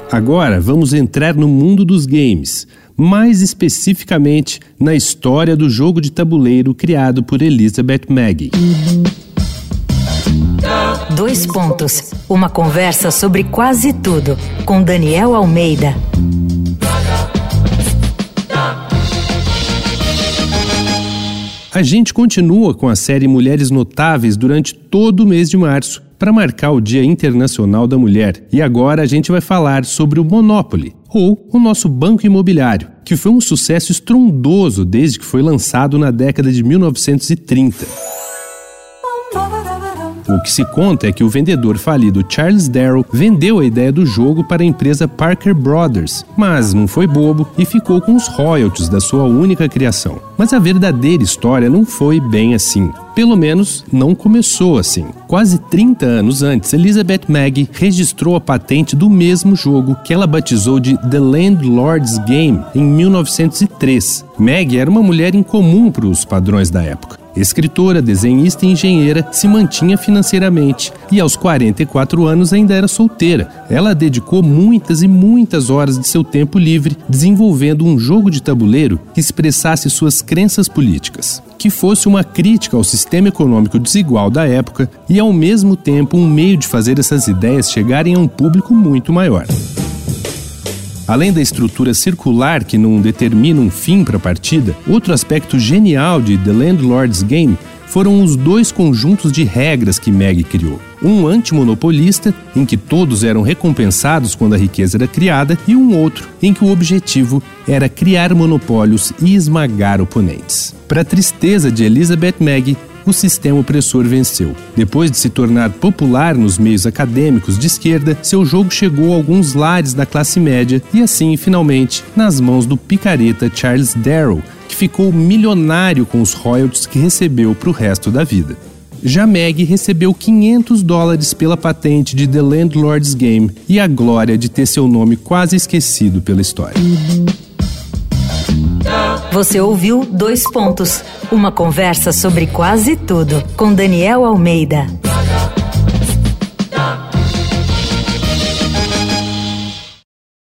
Agora vamos entrar no mundo dos games, mais especificamente na história do jogo de tabuleiro criado por Elizabeth Magie. 2 pontos. Uma conversa sobre quase tudo, com Daniel Almeida. A gente continua com a série Mulheres Notáveis durante todo o mês de março, para marcar o Dia Internacional da Mulher. E agora a gente vai falar sobre o Monopoly, ou o nosso banco imobiliário, que foi um sucesso estrondoso desde que foi lançado na década de 1930. O que se conta é que o vendedor falido Charles Darrow vendeu a ideia do jogo para a empresa Parker Brothers, mas não foi bobo e ficou com os royalties da sua única criação. Mas a verdadeira história não foi bem assim. Pelo menos, não começou assim. Quase 30 anos antes, Elizabeth Magie registrou a patente do mesmo jogo, que ela batizou de The Landlord's Game, em 1903. Magie era uma mulher incomum para os padrões da época. Escritora, desenhista e engenheira, se mantinha financeiramente e aos 44 anos ainda era solteira. Ela dedicou muitas e muitas horas de seu tempo livre desenvolvendo um jogo de tabuleiro que expressasse suas crenças políticas, que fosse uma crítica ao sistema econômico desigual da época e, ao mesmo tempo, um meio de fazer essas ideias chegarem a um público muito maior. Além da estrutura circular que não determina um fim para a partida, outro aspecto genial de The Landlord's Game foram os 2 conjuntos de regras que Magie criou. Um antimonopolista, em que todos eram recompensados quando a riqueza era criada, e um outro, em que o objetivo era criar monopólios e esmagar oponentes. Para a tristeza de Elizabeth Magie, o sistema opressor venceu. Depois de se tornar popular nos meios acadêmicos de esquerda, seu jogo chegou a alguns lares da classe média e assim, finalmente, nas mãos do picareta Charles Darrow, que ficou milionário com os royalties que recebeu para o resto da vida. Já Magie recebeu $500 pela patente de The Landlord's Game e a glória de ter seu nome quase esquecido pela história. Você ouviu 2 pontos. Uma conversa sobre quase tudo, com Daniel Almeida.